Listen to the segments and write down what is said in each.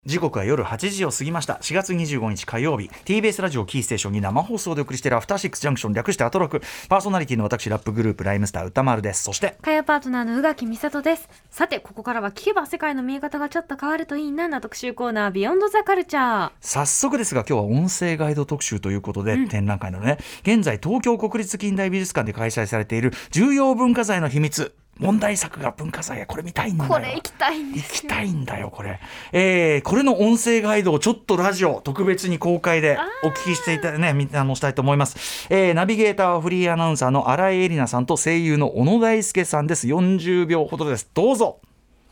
時刻は夜8時を過ぎました。4月25日火曜日、 TBS ラジオキーステーションに生放送でお送りしているアフターシックスジャンクション、略してアトロク。パーソナリティの私、ラップグループライムスター歌丸です。そして火曜パートナーの宇垣美里です。さて、ここからは聞けば世界の見え方がちょっと変わるといいなな特集コーナー、ビヨンドザカルチャー。 早速ですが、今日は音声ガイド特集ということで、展覧会のね、現在東京国立近代美術館で開催されている重要文化財の秘密、問題作が文化財や、これ見たいんだよ。 これ行きたいんですよ。 行きたいんだよこれ。これの音声ガイドをちょっとラジオ特別に公開でお聞きしていたね、したいと思います。ナビゲーターはフリーアナウンサーの新井恵里奈さんと声優の小野大輔さんです。40秒ほどです。どうぞ。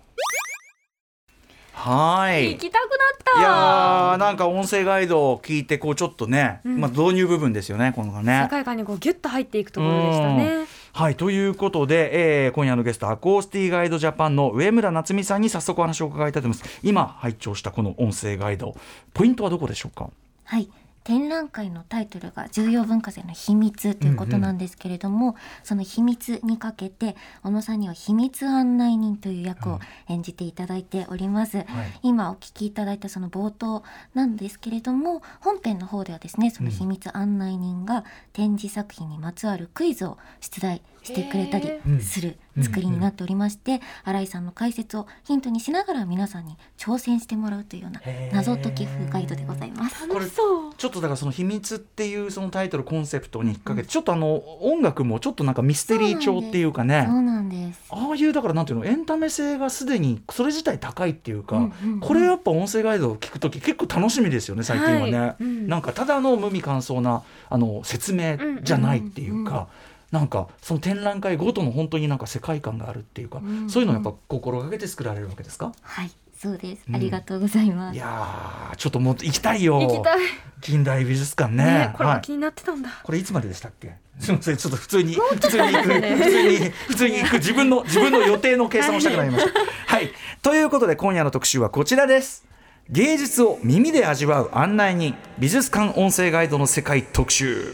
はい、 行きたくなった。 いやー、なんか音声ガイドを聞いてこうちょっとね、導入部分ですよね、このね、 世界観にこうギュッと入っていくところでしたね。 はい、ということで、今夜のゲスト、アコースティガイドジャパンの上村夏美さんに早速お話を伺いたいと思います。今拝聴したこの音声ガイド、ポイントはどこでしょうか？ はい、展覧会のタイトルが重要文化財の秘密ということなんですけれども、その秘密にかけて小野さんには秘密案内人という役を演じていただいております、今お聞きいただいたその冒頭なんですけれども、本編の方ではですね、その秘密案内人が展示作品にまつわるクイズを出題してくれたりする作りになっておりまして、新井さんの解説をヒントにしながら皆さんに挑戦してもらうというような謎解き風ガイドでございます。 楽しそう。 ちょっとだからその秘密っていうそのタイトル、コンセプトに引っ掛けて、ちょっと音楽もちょっとなんかミステリー調っていうかね、 そうなんです。 ああいうだからなんていうの、エンタメ性がすでにそれ自体高いっていうか、これやっぱ音声ガイドを聞くとき結構楽しみですよね、最近はね、なんかただの無味乾燥な説明じゃないっていうか、なんかその展覧会ごとの本当になんか世界観があるっていうか、そういうのをやっぱ心がけて作られるわけですか？ はい、そうです、ありがとうございます。 いやー、ちょっともう行きたいよ。 行きたい。 近代美術館ね。 これも気になってたんだ。 これいつまででしたっけ？すみません、ちょっと普通に行く自分の予定の計算をしたくなりましたはい、ということで今夜の特集はこちらです。芸術を耳で味わう案内人、美術館音声ガイドの世界特集。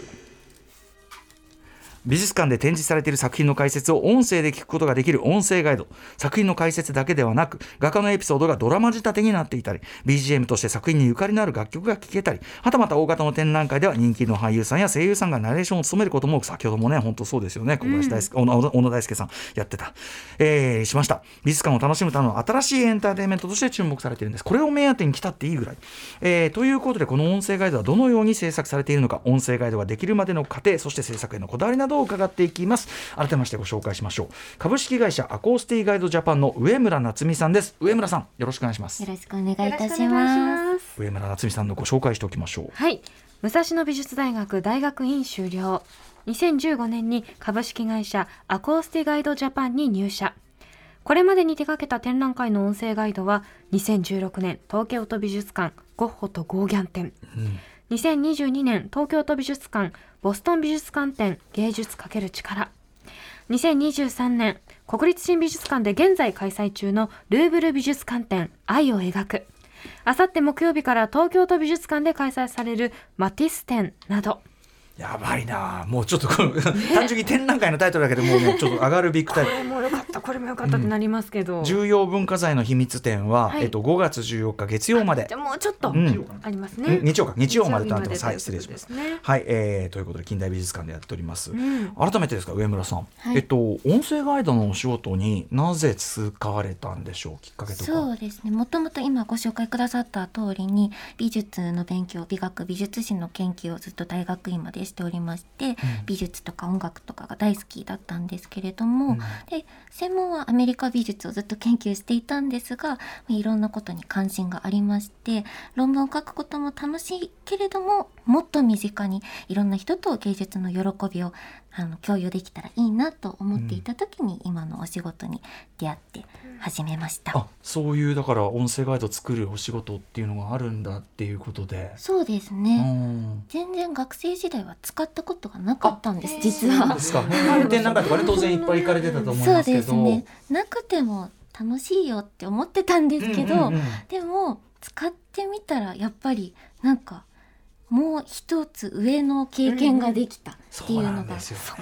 美術館で展示されている作品の解説を音声で聞くことができる音声ガイド。作品の解説だけではなく、画家のエピソードがドラマ仕立てになっていたり、 BGM として作品にゆかりのある楽曲が聴けたり、はたまた大型の展覧会では人気の俳優さんや声優さんがナレーションを務めることも、先ほどもね、本当そうですよね、小林大輔、小野大輔さんやってた、しました。美術館を楽しむための新しいエンターテインメントとして注目されているんです。これを目当てに来たっていいぐらい、ということで、この音声ガイドはどのように制作されているのか、音声ガイドができるまでの過程、そして制作へのこだわりなどを伺っていきます。改めましてご紹介しましょう。株式会社アコースティガイドジャパンの上村夏美さんです。上村さん、よろしくお願いします。 よろしくお願いいたします。 上村夏美さんのご紹介しておきましょう。 はい、武蔵野美術大学大学院修了、2015年に株式会社アコースティガイドジャパンに入社。これまでに手掛けた展覧会の音声ガイドは2016年東京都美術館ゴッホとゴーギャン展、2022年東京都美術館ボストン美術館展芸術×力、2023年国立新美術館で現在開催中のルーブル美術館展愛を描く、あさって木曜日から東京都美術館で開催されるマティス展など。 やばいな、もうちょっと単純に展覧会のタイトルだけでもうね、ちょっと上がるビッグタイトル。 これもよかったこれもよかったってなりますけど、 重要文化財の秘密展は、5月14日月曜まで。 じゃもうちょっとありますね、 日曜までとなってます。はい、失礼します、 ね、 はい、ということで近代美術館でやっております、改めてですが上村さん、 はい、 音声ガイドのお仕事になぜ使われたんでしょう？きっかけとか。 そうですね、もともと今ご紹介くださった通りに美術の勉強、美学美術史の研究をずっと大学院までしておりまして、美術とか音楽とかが大好きだったんですけれども、で専門はアメリカ美術をずっと研究していたんですが、いろんなことに関心がありまして、論文を書くことも楽しいけれども、もっと身近にいろんな人と芸術の喜びを共有できたらいいなと思っていた時に、今のお仕事に出会って始めました。 そういうだから音声ガイド作るお仕事っていうのがあるんだっていうことで。 そうですね、全然学生時代は使ったことがなかったんです、実は。 そうですか。展覧会とかね、当然いっぱい行かれてたと思いますけど。 そうですね、なくても楽しいよって思ってたんですけど、でも使ってみたらやっぱりなんかもう一つ上の経験ができたっていうのが、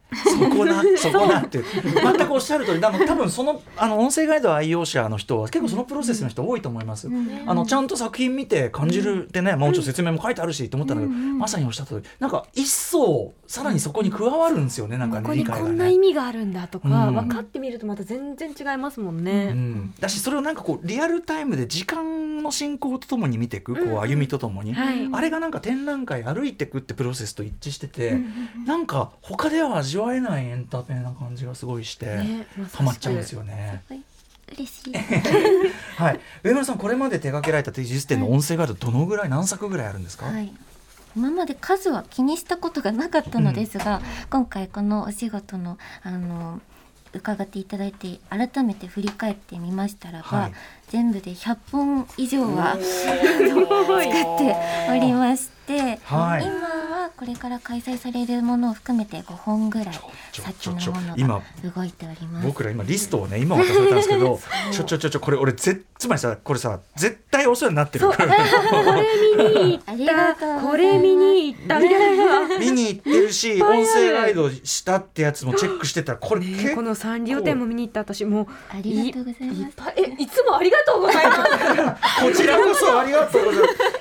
そこなって全くおっしゃる通り。多分その音声ガイド愛用者の人は結構そのプロセスの人多いと思います、ちゃんと作品見て感じるってね、もちろん説明も書いてあるしと思ったんだけど、まさにおっしゃった通りなんか一層さらにそこに加わるんですよね、なんかね、 ここにこんな意味があるんだとか、分かってみるとまた全然違いますもんね、 だしそれをなんかこうリアルタイムで時間の進行とともに見ていく、こう歩みとともに、あれがなんか展覧会歩いていくってプロセスと一致してて、なんか他では味わえないエンターテイナーな感じがすごいして、ハマっちゃうんですよね。 嬉しいはい、上村さんこれまで手掛けられた技術展の音声ガイドどのぐらい、何作ぐらいあるんですか？ 今まで数は気にしたことがなかったのですが、今回このお仕事の伺っていただいて改めて振り返ってみましたらば、全部で100本以上は使っておりまして、今はこれから開催されるものを含めて5本ぐらい先のものが動いております。 僕ら今リストをね今渡されたんですけどこれ俺つまりさこれさ絶対お世話になってるこれ見に行ったこれ見に行ったみたいな見に行ってるし音声ガイドしたってやつもチェックしてたらこれ結構このサンリオ展も見に行った私もありがとうございます。 いつもありがとうございますこちらこそありがとうございます、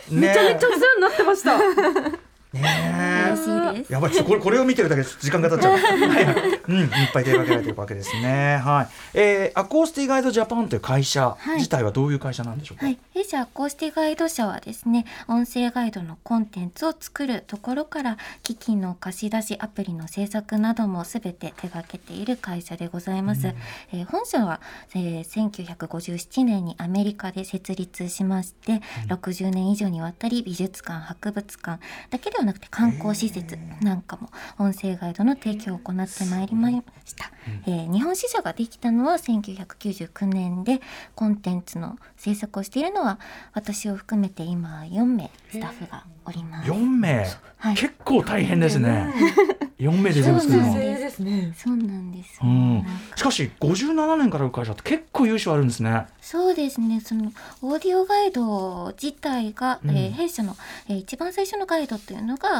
めちゃめちゃお世話になってました嬉しいです。 やばい、これを見てるだけで時間が経っちゃういっぱい手掛けられてるわけですね。アコースティガイドジャパンという会社自体はどういう会社なんでしょうか？ 弊社アコースティガイド社はですね、音声ガイドのコンテンツを作るところから機器の貸し出しアプリの制作などもすべて手掛けている会社でございます。本社は、1957年にアメリカで設立しまして、60年以上にわたり美術館博物館だけではなくて観光施設なんかも音声ガイドの提供を行ってまいりました。日本支社ができたのは1999年で、コンテンツの制作をしているのは私を含めて今4名スタッフがおります。 4名、結構大変ですね。4名で全部作るの。 そうなんです、 しかし57年からの会社って結構優秀あるんですね。 そうですね。そのオーディオガイド自体が、弊社の、一番最初のガイドというのが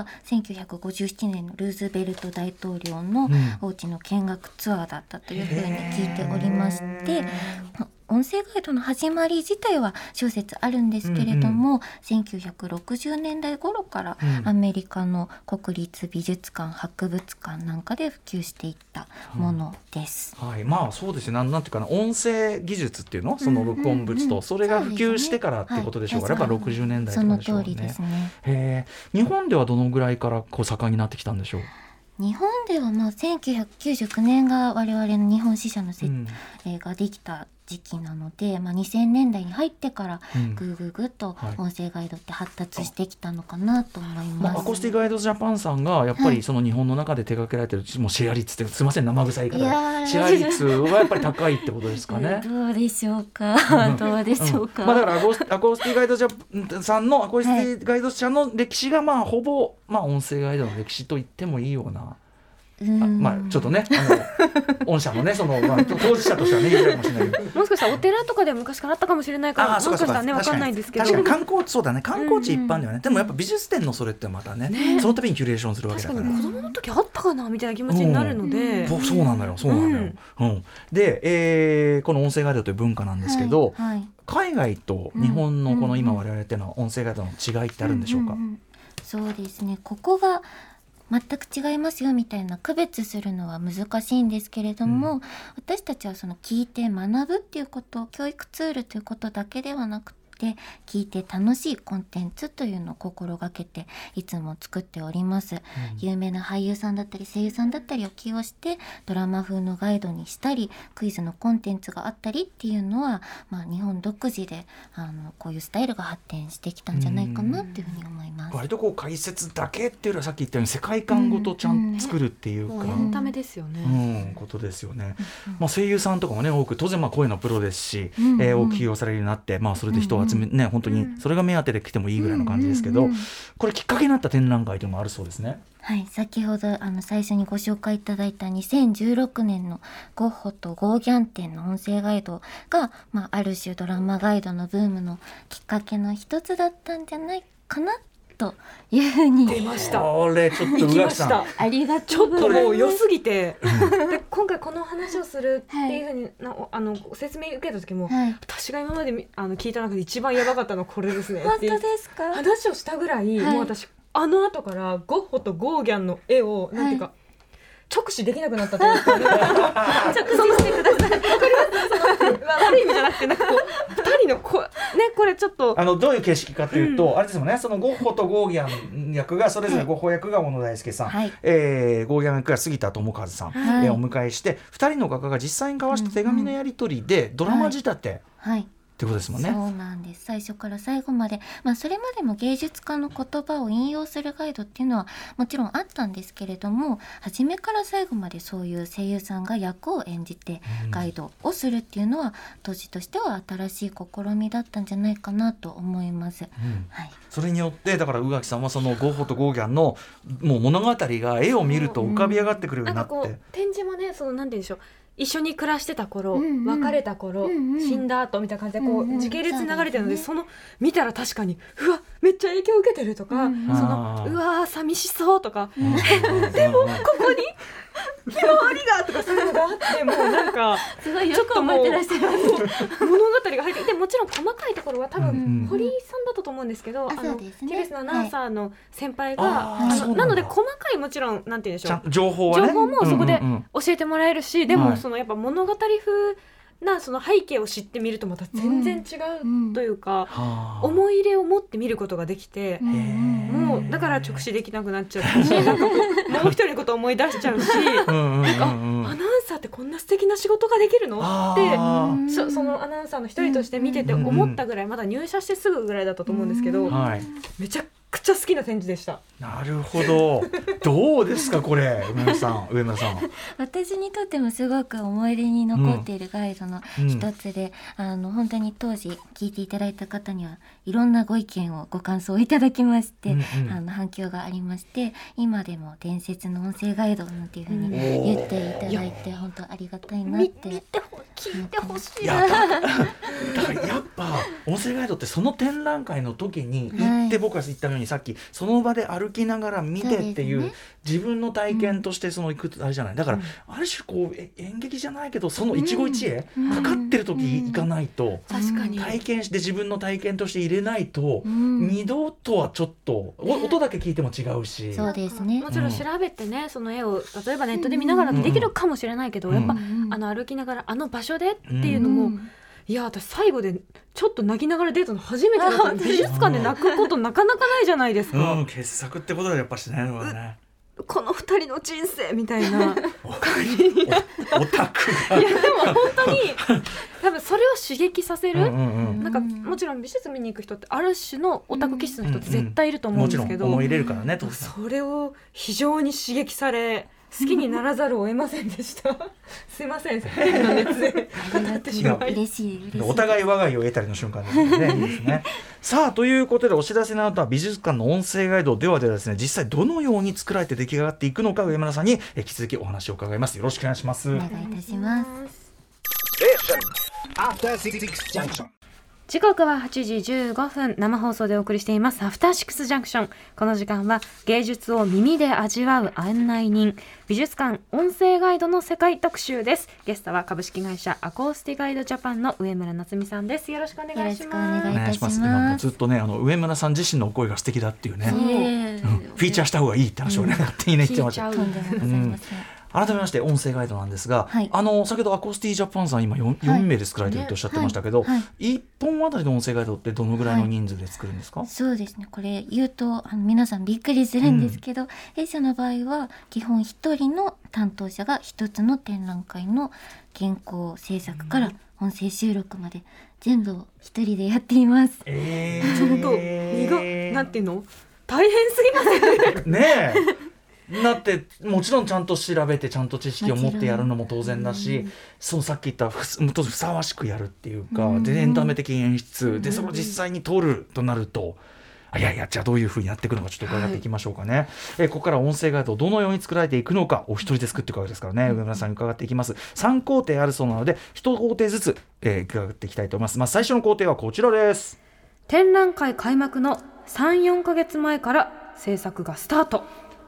1957年のルーズベルト大統領のお家の見学ツアーだったというふうに聞いておりまして、音声ガイドの始まり自体は諸説あるんですけれども、1960年代頃からアメリカの国立美術館博物館なんかで普及していったものです。 まあそうですね。なんていうかな、音声技術っていうの、その録音物とそれが普及してからってことでしょうから、やっぱ60年代とかでしょうね。 その通りですね。 日本ではどのぐらいからこう盛んになってきたんでしょう？ 日本では1999年が我々の日本支社のができた時期なので、2000年代に入ってからぐっと音声ガイドって発達してきたのかなと思います。 アコースティガイドジャパンさんがやっぱりその日本の中で手掛けられてる、もうシェア率ってすいません生臭いからシェア率はやっぱり高いってことですかね。 どうでしょうか、どうでしょうか。 だからアコースティガイドジャパンさんのアコースティガイド社の歴史がほぼ音声ガイドの歴史と言ってもいいような。ちょっとね御社のね当事者としてはね言いづらいかもしれないけど、 もしかしたらお寺とかでは昔からあったかもしれないから、もしかしたらね分かんないですけど、 確かに観光地一般ではね、でもやっぱ美術展のそれってまたね、その度にキュレーションするわけだから、 確かに子供の時あったかなみたいな気持ちになるので、 そうなのよ。で、この音声ガイドという文化なんですけど、海外と日本のこの今我々やってるの音声ガイドの違いってあるんでしょうか？ そうですね。ここが全く違いますよみたいな区別するのは難しいんですけれども、私たちはその聞いて学ぶっていうこと、教育ツールということだけではなくて、聞いて楽しいコンテンツというのを心がけていつも作っております。有名な俳優さんだったり声優さんだったりを起用してドラマ風のガイドにしたり、クイズのコンテンツがあったりっていうのは、日本独自でこういうスタイルが発展してきたんじゃないかなっていうふうに思います。 割とこう解説だけっていうのはさっき言ったように世界観ごとちゃんと作るっていうか、 エンタメですよね、 ことですよね。声優さんとかもね多く当然声のプロですし、多く起用されるようになって、それで人を集めね、本当にそれが目当てで来てもいいぐらいの感じですけど、これきっかけになった展覧会というのもあるそうですね。 先ほど最初にご紹介いただいた2016年のゴッホとゴーギャン展の音声ガイドが、ある種ドラマガイドのブームのきっかけの一つだったんじゃないかなというふうに出ました。 これちょっと宇垣さんありがちょっととうございます。 もう良すぎてで今回この話をするっていうふうに説明受けた時も、 はい、 私が今まで聞いた中で一番やばかったのはこれですねっていう本当ですか？ 話をしたぐらい、 はい、 もう私後からゴッホとゴーギャンの絵をなんていうか、直視できなくなったというか直視してください。わかります？悪い意味じゃなくてなんかこう2人のこれちょっとどういう形式かというと、あれですもんね、そのゴッホとゴーギャン役がそれぞれ、ゴッホ役が小野大輔さん、ゴーギャン役が杉田智和さん、お迎えして2人の画家が実際に交わした手紙のやり取りでドラマ仕立て、ってことですもんね。 そうなんです。最初から最後まで、それまでも芸術家の言葉を引用するガイドっていうのはもちろんあったんですけれども、初めから最後までそういう声優さんが役を演じてガイドをするっていうのは、当時としては新しい試みだったんじゃないかなと思います。 それによってだから宇垣さんはそのゴッホとゴーギャンのもう物語が絵を見ると浮かび上がってくるようになって、 なんかこう展示もね、そのなんて言うんでしょう、一緒に暮らしてた頃、別れた頃、死んだ後みたいな感じでこう、時系列流れてるので、その見たら確かにうわめっちゃ影響を受けてるとか、そのうわ寂しそうとか、でもここにひまわりがとかそういうのがあって、もうなんかすごいよく覚えてらっしゃいます。 物語が入っていて、もちろん細かいところは多分堀井さんだったと思うんですけど、TBS のアナウンサーの先輩が、なので細かいもちろんなんて言うんでしょう、 情報はね、 情報もそこで教えてもらえるし、でもそのやっぱ物語風なその背景を知ってみるとまた全然違うというか、思い入れを持って見ることができて、もうだから直視できなくなっちゃったし、なんかもう一人のことを思い出しちゃうし、アナウンサーってこんな素敵な仕事ができるのってそのアナウンサーの一人として見てて思ったぐらい、まだ入社してすぐぐらいだったと思うんですけど、めちゃくちゃ好きな展示でした。 なるほど。どうですかこれ、上村さん。 私にとってもすごく思い出に残っているガイドの一つで、本当に当時聞いていただいた方にはいろんなご意見をご感想をいただきまして、反響がありまして、今でも伝説の音声ガイドなんていうふうに言っていただいて、本当ありがたいなって聞いてほしいな。だからやっぱ音声ガイドってその展覧会の時に行って、僕が言ったようにさっきその場で歩きながら見てっていう、自分の体験としてその行くあれじゃない、だからある種こう演劇じゃないけど、その一期一会かかってる時行かないと、体験して自分の体験として入れないと、二度とはちょっと音だけ聞いても違うし、 そうですね、 もちろん調べてね、その絵を例えばネットで見ながらできるかもしれないけど、やっぱ歩きながら場所でっていうのも、いや私最後でちょっと泣きながらデートの初めてだった。美術館で泣くことなかなかないじゃないですか。 傑作ってことでやっぱしないのがね、 この二人の人生みたいな感じにオタクがいやでも本当に多分それを刺激させる、なんかもちろん美術見に行く人ってある種のオタク気質の人って絶対いると思うんですけど、 もちろん思い入れるからね、 それを非常に刺激され好きにならざるを得ませんでしたすいません、テレビの熱で語ってしまい、 嬉しいお互い我が家を得たりの瞬間ですね。いいですね。さあということで、お知らせの後は美術館の音声ガイドではですね、実際どのように作られて出来上がっていくのか、上村さんに引き続きお話を伺います。よろしくお願いします。 お願いいたします。 時刻は8時15分、生放送でお送りしていますアフターシックスジャンクション。この時間は芸術を耳で味わう案内人、美術館音声ガイドの世界特集です。ゲストは株式会社アコースティガイドジャパンの上村夏美さんです。よろしくお願いします。 よろしくお願いいたします。 今もずっとね、上村さん自身のお声が素敵だっていうね、フィーチャーした方がいいって話をね、勝手にね言ってました。改めまして音声ガイドなんですが、先ほどアコースティジャパンさん今 4名で作られてるとおっしゃってましたけど、1本あたりの音声ガイドってどのぐらいの人数で作るんですか？ そうですね、これ言うと皆さんびっくりするんですけど、弊社の場合は基本1人の担当者が1つの展覧会の原稿制作から音声収録まで全部を1人でやっています。 ちょっとなんていうの、大変すぎますよね。 ねえだってもちろんちゃんと調べてちゃんと知識を持ってやるのも当然だし、そうさっき言ったふさわしくやるっていうか、でエンタメ的演出でそれを実際に撮るとなると、じゃあどういうふうにやっていくのかちょっと伺っていきましょうかね。ここから音声ガイドをどのように作られていくのか、お一人で作っていくわけですからね、上村さんに伺っていきます。3工程あるそうなので1工程ずつ、伺っていきたいと思います。最初の工程はこちらです。 展覧会開幕の 3、4ヶ月前から制作がスタート。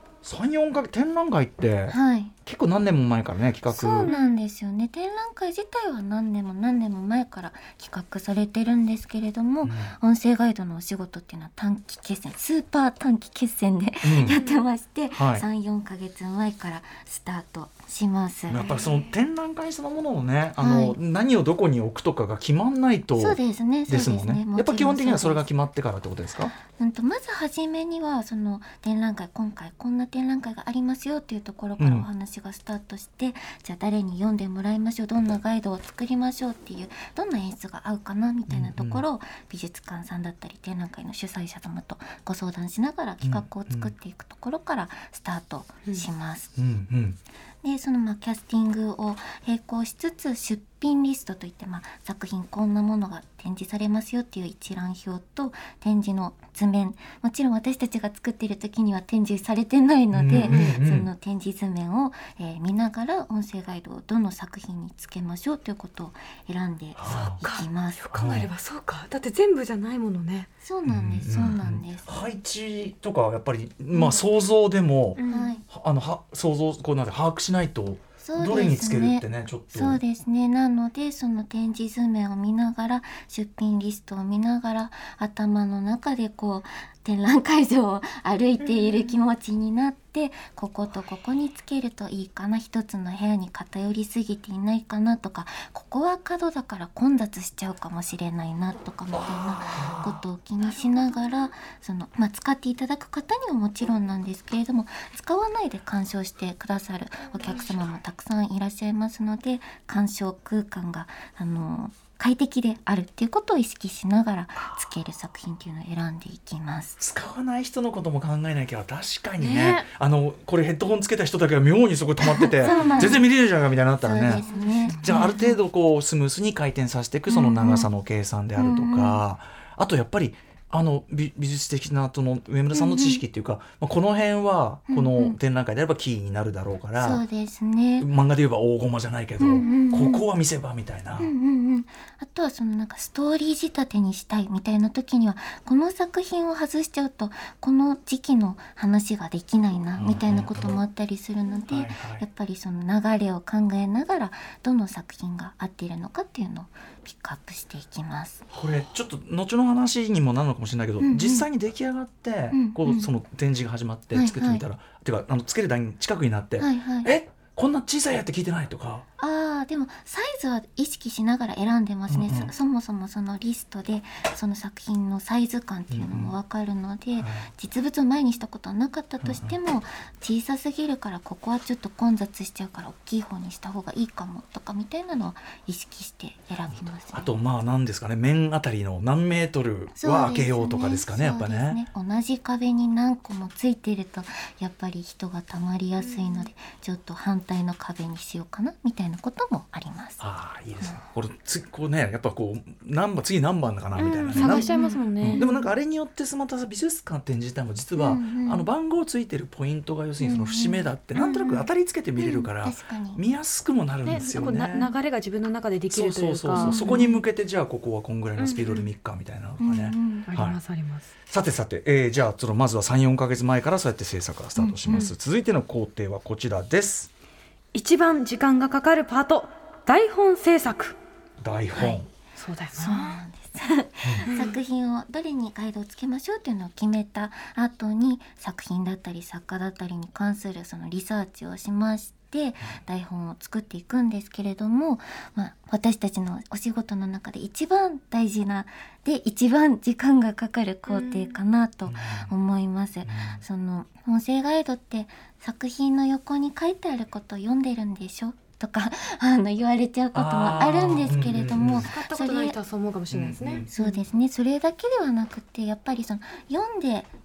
3、4ヶ月、展覧会ってはい結構何年も前からね企画。 そうなんですよね。展覧会自体は何年も前から企画されてるんですけれども、音声ガイドのお仕事っていうのは短期決戦、スーパー短期決戦で、やってまして、 はい、 3、4ヶ月前からスタートします。 やっぱりその展覧会そのもののね、何をどこに置くとかが決まんないと。 そうですね。 ですもんね。やっぱ基本的にはそれが決まってからってことですか？ まず初めにはその展覧会、今回こんな展覧会がありますよっていうところからお話がスタートして、じゃあ誰に読んでもらいましょう、どんなガイドを作りましょうっていう、どんな演出が合うかなみたいなところを美術館さんだったり展覧会の主催者様とご相談しながら企画を作っていくところからスタートします。でそのキャスティングを並行しつつ、出品リストといって、作品こんなものが展示されますよっていう一覧表と展示の図面、もちろん私たちが作っている時には展示されてないので、その展示図面を、見ながら音声ガイドをどの作品につけましょうということを選んでいきます。 よく考えればそうか、だって全部じゃないものね。 そうなんです、そうなんです。 配置とかはやっぱり、想像でも、想像こうなんて把握しないとどれにつけるってね、ちょっと。 そうですね。なのでその展示図面を見ながら、出品リストを見ながら、頭の中でこう展覧会場を歩いている気持ちになって、こことここにつけるといいかな、一つの部屋に偏りすぎていないかなとか、ここは角だから混雑しちゃうかもしれないなとかみたいなことを気にしながら、その、使っていただく方にはもちろんなんですけれども、使わないで鑑賞してくださるお客様もたくさんいらっしゃいますので、鑑賞空間が快適であるっていうことを意識しながらつける作品っていうのを選んでいきます。 使わない人のことも考えなきゃ。確かにね、これヘッドホンつけた人だけが妙にそこ止まってて全然見れるじゃんみたいになったらね。 そうですね。 じゃあある程度こうスムースに回転させていくその長さの計算であるとか、あとやっぱり美術的なその上村さんの知識っていうか、この辺はこの展覧会であればキーになるだろうから、 そうですね。 漫画で言えば大駒じゃないけど、ここは見せ場みたいな。 あとはそのストーリー仕立てにしたいみたいな時には、この作品を外しちゃうとこの時期の話ができないなみたいなこともあったりするので、やっぱりその流れを考えながらどの作品が合っているのかっていうのをピックアップしていきます。 これちょっと後の話にもなるのかもしれないけど、実際に出来上がって、その展示が始まって作ってみたら、てかつける台に近くになって、こんな小さいやって聞いてないとか。 でもサイズは意識しながら選んでますね。そもそもそのリストでその作品のサイズ感っていうのも分かるので、実物を前にしたことはなかったとしても、小さすぎるからここはちょっと混雑しちゃうから大きい方にした方がいいかもとかみたいなのを意識して選びますね。 あと何ですかね、面あたりの何メートルは開けようとかですかね。やっぱね、 同じ壁に何個もついてるとやっぱり人がたまりやすいので、ちょっと反対の壁にしようかなみたいなこともあります。 いいですね。これね、やっぱこう次何番かなみたいなね、 探しちゃいますもんね。 でもあれによってまた美術館展自体も実は、番号ついてるポイントが要するにその節目だって、なんとなく当たりつけて見れるから、見やすくもなるんですよね。 流れが自分の中でできるというか、 そこに向けて、じゃあここはこんぐらいのスピードで見っかみたいなのがね、 ありますあります。 さて、じゃあまずは 3,4 ヶ月前からそうやって制作がスタートします。続いての工程はこちらです。 一番時間がかかるパート、台本制作。 台本、 そうだよな。 そうなんです作品をどれにガイドをつけましょうっていうのを決めた後に、作品だったり作家だったりに関するそのリサーチをしまして台本を作っていくんですけれども、私たちのお仕事の中で一番大事なで一番時間がかかる工程かなと思います。その音声ガイドって作品の横に書いてあることを読んでるんでしょとか言われちゃうこともあるんですけれども、 使ったことない人はそう思うかもしれないですね。 そうですね。それだけではなくて、やっぱりその読んで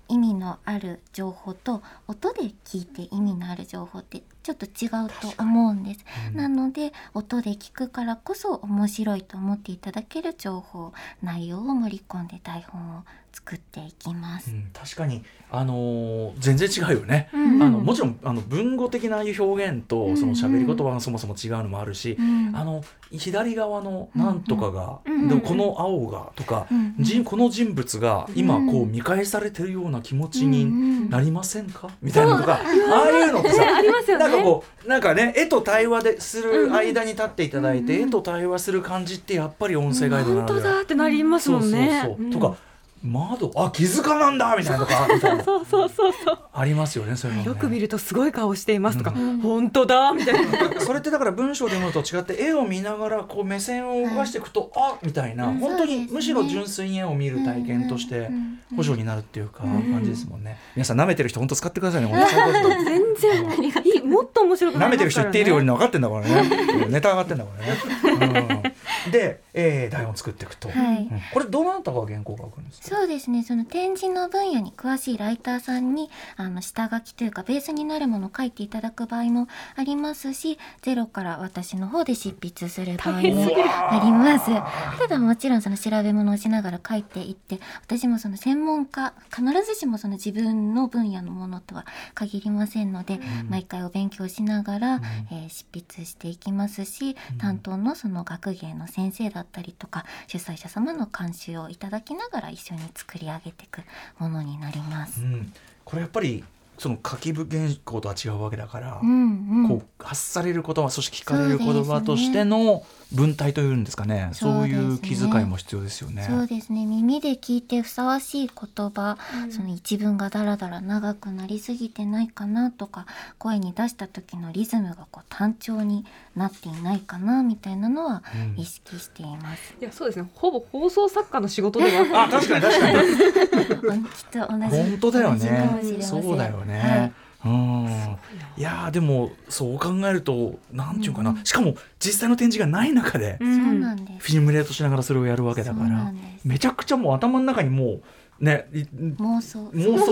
意味のある情報と音で聞いて意味のある情報ってちょっと違うと思うんです、なので音で聞くからこそ面白いと思っていただける情報内容を盛り込んで台本を作っていきます、 確かに、全然違うよね、もちろん文語的な表現とその喋り言葉がそもそも違うのもあるし、左側のなんとかが、でもこの青がとか、この人物が今こう見返されてるような気持ちになりませんか、みたいなのとか、ああいうのってさありますよね。 なんかね、絵と対話でする間に立っていただいて、絵と対話する感じってやっぱり音声ガイドなので、 本当だってなりますもんね。 そうとか、窓気づかなんだみたいなとかみたいなそうありますよね。そういうのね、 よく見るとすごい顔していますとか、本当だみたいなそれってだから文章で読むと違って絵を見ながらこう目線を動かしていくと、みたいな、本当にむしろ純粋に絵を見る体験として補助になるっていうか感じですもんね。皆さん舐めてる人本当使ってくださいね。 全然いい、もっと面白くなりますからね。 舐めてる人言っているように分かってんだからねネタ上がってんだからね、で、台本作っていくと、これどなたが原稿を書くんですか？ そうですね、その展示の分野に詳しいライターさんに下書きというかベースになるものを書いていただく場合もありますし、ゼロから私の方で執筆する場合もあります。ただもちろんその調べ物をしながら書いていって、私もその専門家必ずしもその自分の分野のものとは限りませんので、毎回お勉強しながら、執筆していきますし、担当のその学芸の先生だったりとか主催者様の監修をいただきながら一緒に作り上げていくものになります、 これやっぱりその書き原稿とは違うわけだから、こう発される言葉、そして聞かれる言葉としての文体というんですかね、そういう気遣いも必要ですよね。 そうですね、耳で聞いてふさわしい言葉、その一文がだらだら長くなりすぎてないかなとか、声に出した時のリズムがこう単調になっていないかなみたいなのは意識しています、 いやそうですね、ほぼ放送作家の仕事では確かにきっと同じ本当だよね、 かもしれません。 そうだよね、いやでもそう考えるとなんていうかな、しかも実際の展示がない中で、 そうなんです。 フィルムレートしながらそれをやるわけだから、めちゃくちゃもう頭の中にもうね、妄想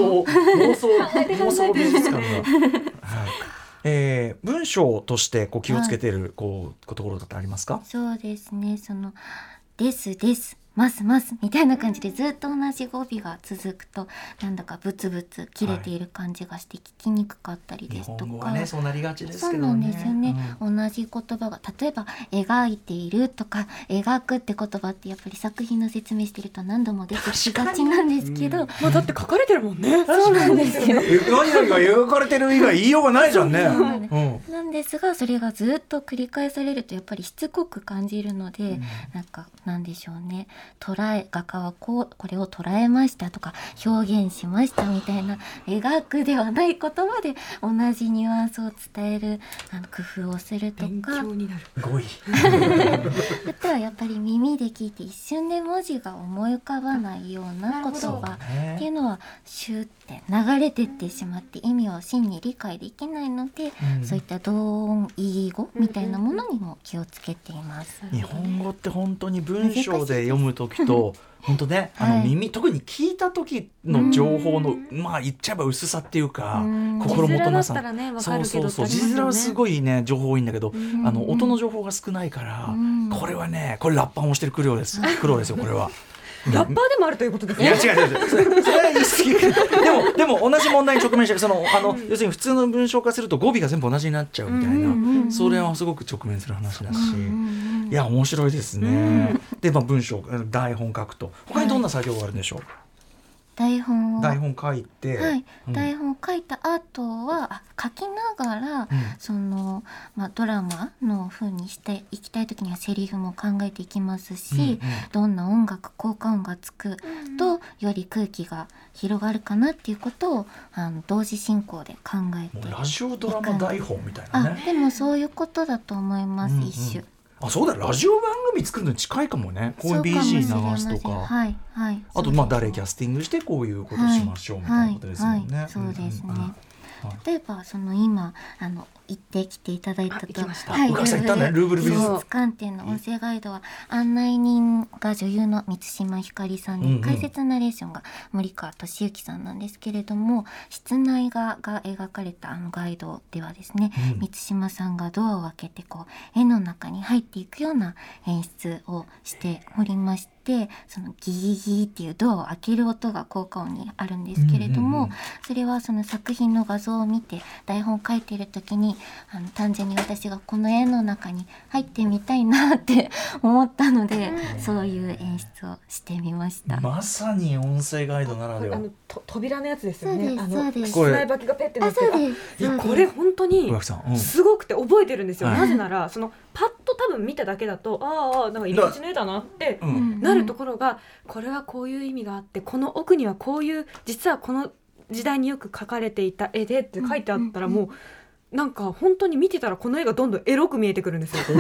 美術館が、文章としてこう気をつけているこうところだってありますか？ そうですね、そのですますみたいな感じでずっと同じ語尾が続くとなんだかブツブツ切れている感じがして聞きにくかったりですとか、 日本語はねそうなりがちですそうけどね。 なんですよね、同じ言葉が例えば描いているとか描くって言葉ってやっぱり作品の説明してると何度も出てきがちなんですけど、 だって書かれてるもんね。 そうなんですよ。 何が描かれてる以外言いようがないじゃんね。 なんですがそれがずっと繰り返されるとやっぱりしつこく感じるので、なんでしょうね、画家はこれを捉えましたとか表現しましたみたいな描くではない言葉で同じニュアンスを伝える工夫をするとか、 勉強になる。 語彙あとはやっぱり耳で聞いて一瞬で文字が思い浮かばないような言葉っていうのはシューって流れてってしまって意味を真に理解できないので、そういった同音異義語みたいなものにも気をつけています。 日本語って本当に文章で読むときと本当ね、特に聞いた時の情報の、言っちゃえば薄さっていうか、心もとなさ、そう字面はすごいね情報多いんだけど、音の情報が少ないから、これはね、これラッパーをしてる苦労ですよこれは。 ラッパーでもあるということですね。 いや違うそれは言い過ぎでも同じ問題に直面してる、要するに普通の文章化すると語尾が全部同じになっちゃうみたいな、それはすごく直面する話だし、いや面白いですね。で、文章台本書くと他にどんな作業があるんでしょう？ 台本書いて、 台本書いた後は書きながら、その、ドラマの風にしていきたい時にはセリフも考えていきますし、どんな音楽効果音がつくとより空気が広がるかなっていうことを同時進行で考えて、 もうラジオドラマ台本みたいなね。 でもそういうことだと思います、一種。 そうだ、ラジオ番組作るのに近いかもね。こういう BG 流すとか、あと誰キャスティングしてこういうことしましょうみたいなことですもんね。 そうですね。例えば今行ってきていただいたと。 行きました。 宇垣さん行ったんだね、ルーブル美術美術館展の音声ガイドは案内人が女優の満島ひかりさんで、解説ナレーションが森川俊之さんなんですけれども、室内画が描かれたガイドではですね、満島さんがドアを開けてこう絵の中に入っていくような演出をしておりまして、そのギギギっていうドアを開ける音が効果音にあるんですけれども、それはその作品の画像を見て台本を書いている時に単純に私がこの絵の中に入ってみたいなって思ったので、そういう演出をしてみました。 まさに音声ガイドならでは。 扉のやつですよね。 そうです。 室内履きがペッてなってる。これ本当にすごくて覚えてるんですよ。なぜならそのパッと多分見ただけだとなんか入り口の絵だなってなるところが、これはこういう意味があって、この奥にはこういう実はこの時代によく描かれていた絵でって書いてあったら、もうなんか本当に見てたらこの絵がどんどんエロく見えてくるんですよ。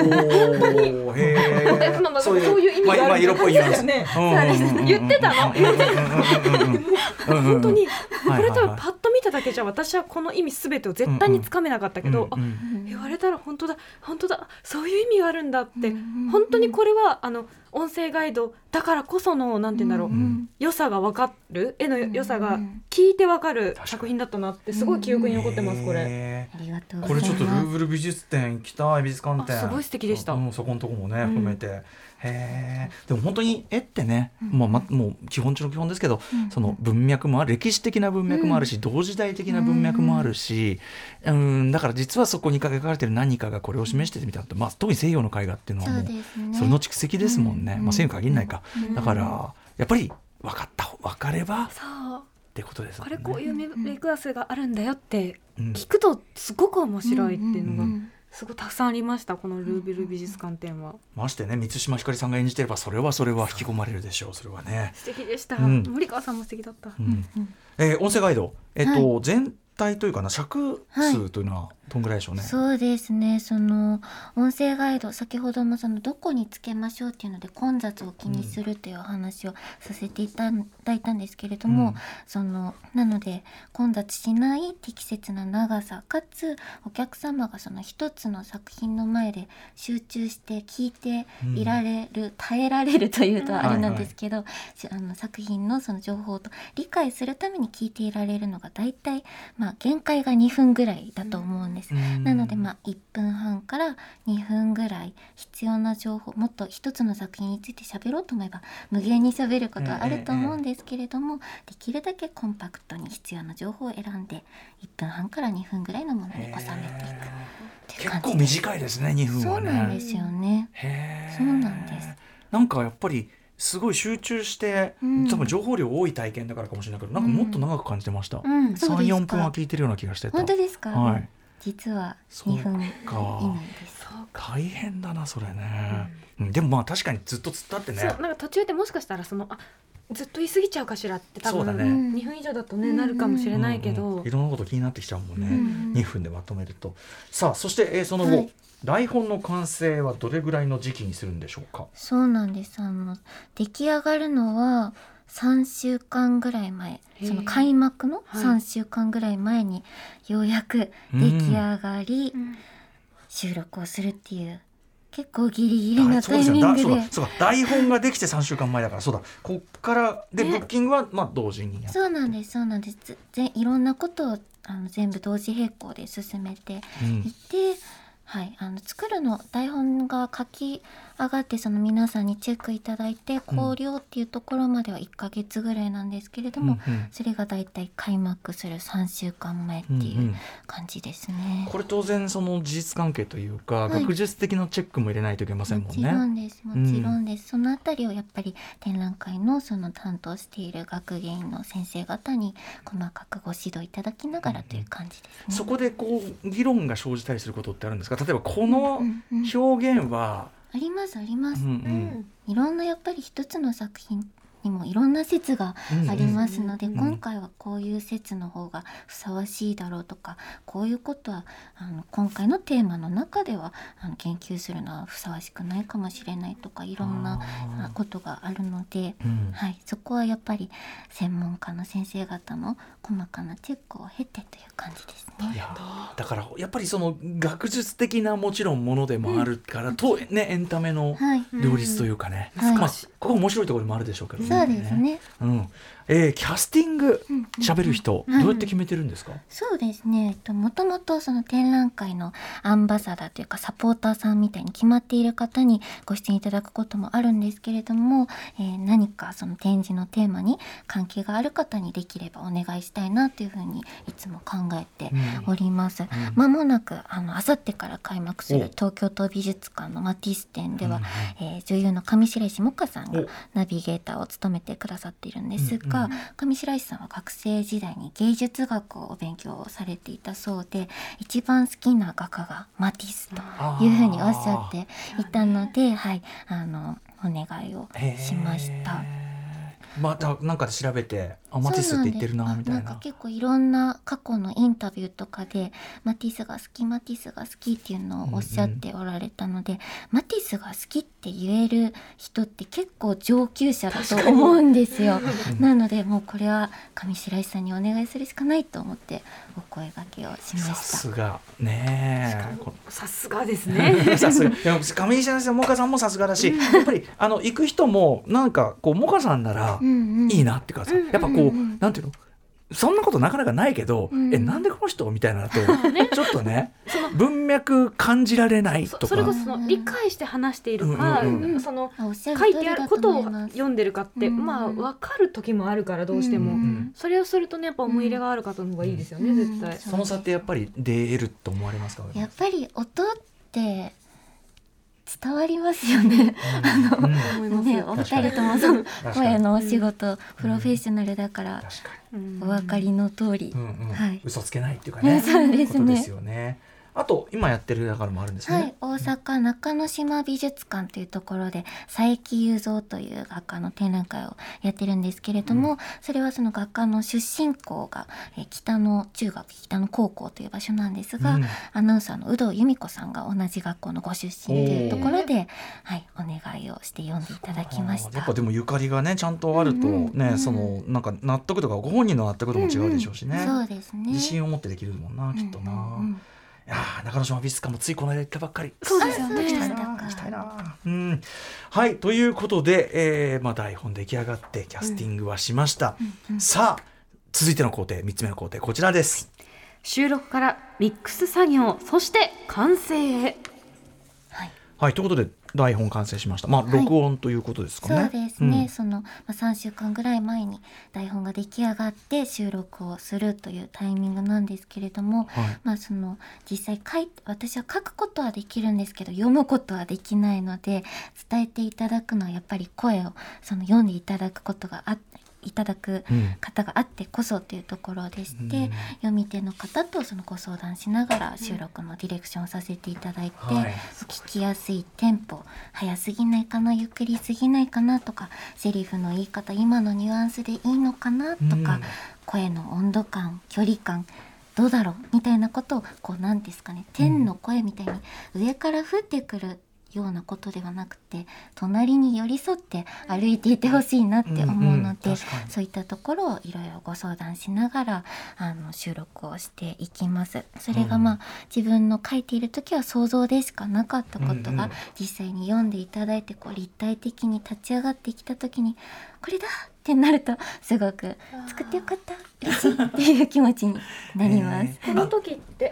そういう意味があるんですよね。言ってたの。本当にこれ多分パッと見ただけじゃ私はこの意味すべてを絶対につかめなかったけど、言われたら本当だそういう意味があるんだって、本当にこれは音声ガイドだからこそのなんて言うんだろう、良さが分かる、絵の良さが聞いて分かる作品だったなってすごい記憶に残ってます。これありがとうございます。 これちょっとルーブル美術展行きたい、美術館展すごい素敵でした。 そこのとこもね含めて、でも本当に絵ってね、もう基本中の基本ですけど、その文脈もある、歴史的な文脈もあるし、同時代的な文脈もあるし、だから実はそこに書かれてる何かがこれを示してるみたいな、特に西洋の絵画っていうのはもうそれの蓄積ですもんね。西洋に限らないか。だからやっぱり分かればってことですね。 これこういうメイクアスがあるんだよって聞くとすごく面白いっていうのがすごいたくさんありました、このルーブル美術館展は。 ましてね、満島ひかりさんが演じてればそれは引き込まれるでしょう。それはね素敵でした。森川さんも素敵だった。 音声ガイド、全体というかな、尺数というのはどんぐらいでしょうね。 そうですね、その音声ガイド、先ほどもそのどこにつけましょうっていうので混雑を気にするというお話をさせていただいたんですけれども、なので混雑しない適切な長さかつ、お客様がその一つの作品の前で集中して聞いていられる、耐えられるというとあれなんですけど、作品のその情報と理解するために聞いていられるのがだいたい限界が2分ぐらいだと思うんです。なので1分半から2分ぐらい必要な情報、もっと一つの作品について喋ろうと思えば無限に喋ることはあると思うんですけれども、できるだけコンパクトに必要な情報を選んで1分半から2分ぐらいのものに収めていくっていう感じ。 結構短いですね、2分はね。 そうなんですよね。そうなんです。 なんかやっぱりすごい集中して、多分情報量多い体験だからかもしれないけど、なんかもっと長く感じてました。3、4分は聞いてるような気がしてた。 本当ですか？ はい。 実は2分以内です。 大変だなそれね。でも確かにずっとつったってね。 なんか途中でもしかしたらずっと言い過ぎちゃうかしらって多分2分以上だとねなるかもしれないけど、 いろんなこと気になってきちゃうもんね。2分でまとめると。さあそして、その後、台本の完成はどれぐらいの時期にするんでしょうか。 そうなんです。出来上がるのは3週間ぐらい前、その開幕の3週間ぐらい前にようやく出来上がり、収録をするっていう結構ギリギリなタイミングで。 そうか、台本ができて3週間前だから、そうだ、こっからでブッキングは同時にやって。 そうなんです。いろんなことを全部同時並行で進めていて、作るの台本が書き上がってその皆さんにチェックいただいて考慮っていうところまでは1ヶ月ぐらいなんですけれども、それがだいたい開幕する3週間前っていう感じですね。 これ当然その事実関係というか、学術的なチェックも入れないといけませんもんね。 もちろんです、もちろんです。そのあたりをやっぱり展覧会のその担当している学芸員の先生方に細かくご指導いただきながらという感じですね。 そこでこう議論が生じたりすることってあるんですか。例えばこの表現は、 あります。いろんなやっぱり一つの作品にもいろんな説がありますので、 うん今回はこういう説の方がふさわしいだろうとか、こういうことは今回のテーマの中では研究するのはふさわしくないかもしれないとか、いろんなことがあるので、はい、そこはやっぱり専門家の先生方の細かなチェックを経てという感じですね。 いやだからやっぱりその学術的なもちろんものでもあるから、とね、エンタメのはい、 両立というかね、 はいまあ、ここ面白いところもあるでしょうけどね。 そうですね。 キャスティング喋る人、 うんどうやって決めてるんですか？ そうですね、もともとその展覧会のアンバサダーというかサポーターさんみたいに決まっている方にご出演いただくこともあるんですけれども、何かその展示のテーマに関係がある方にできればお願いしたいなというふうにいつも考えております。間もなくあさってから開幕する東京都美術館のマティス展では、女優の上白石萌歌さんがナビゲーターを務めてくださっているんですが、上白石さんは学生時代に芸術学を勉強されていたそうで、一番好きな画家がマティスというふうにおっしゃっていたので、はい、お願いをしました。 またなんかで調べてマティスって言ってるなみたいな。 なんか結構いろんな過去のインタビューとかでマティスが好きマティスが好きっていうのをおっしゃっておられたので、マティスが好きって言える人って結構上級者だと思うんですよ。なのでもうこれは上白石さんにお願いするしかないと思ってお声掛けをしました。 さすがねさすがですね。 さすが。上白石さん萌歌さんもさすがだし、やっぱり行く人もなんかこう萌歌さんならいいなっていうかさ、やっぱこうなんていうの、そんなことなかなかないけど、なんでこの人みたいなのとちょっとね文脈感じられないとか、 それこそ理解して話しているか、その書いてあることを読んでるかって、まあ分かる時もあるから、どうしても、それをするとね、やっぱ思い入れがある方の方がいいですよね、絶対。 その差ってやっぱり出ると思われますか？ やっぱり音って伝わりますよね。お二人ともその声のお仕事プロフェッショナルだからお分かりの通り、 嘘つけないっていうかね、 そうですね。 ことですよね。あと今やってるだからもあるんですね。 はい、大阪中之島美術館というところで佐伯雄三という画家の展覧会をやってるんですけれども、それはその画家の出身校が北野中学北野高校という場所なんですが、アナウンサーの有働由美子さんが同じ学校のご出身というところで、はい、お願いをして読んでいただきました。 やっぱでもゆかりがねちゃんとあるとね、そのなんか納得とかご本人の納得とも違うでしょうしね、 そうですね、 自信を持ってできるもんな、きっとな。いや中之島美術館もついこの間行ったばっかり。 そうですよね。 行きたいな。はいということで、台本出来上がってキャスティングはしました。さあ続いての工程、3つ目の工程こちらです。 収録からミックス作業、そして完成へ。 はい、ということで台本完成しました。録音ということですかね。 そうですね、その3週間ぐらい前に台本が出来上がって収録をするというタイミングなんですけれども、その実際私は書くことはできるんですけど読むことはできないので、伝えていただくのはやっぱり声を読んでいただくことがいただく方があってこそというところでして、読み手の方とそのご相談しながら収録のディレクションをさせていただいて、聞きやすいテンポ、早すぎないかな、ゆっくりすぎないかなとか、セリフの言い方今のニュアンスでいいのかなとか、声の温度感、距離感どうだろうみたいなことを何ですかね、天の声みたいに上から降ってくるようなことではなくて、隣に寄り添って歩いていてほしいなって思うので、そういったところをいろいろご相談しながら収録をしていきます。それが自分の書いている時は想像でしかなかったことが、実際に読んでいただいて立体的に立ち上がってきた時にこれだってなると、すごく作ってよかった嬉しいっていう気持ちになります。 この時って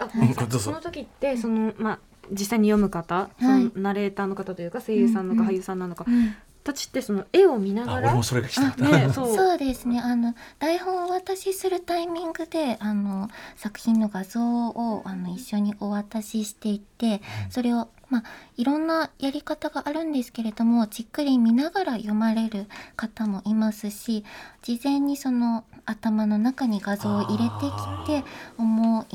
実際に読む方、そのナレーターの方というか声優さんのか俳優さんなのか、たちってその絵を見ながら、 俺もそれが来た、 そうですね、台本をお渡しするタイミングで作品の画像を一緒にお渡ししていて、それをいろんなやり方があるんですけれども、じっくり見ながら読まれる方もいますし、事前にその頭の中に画像を入れてきて思い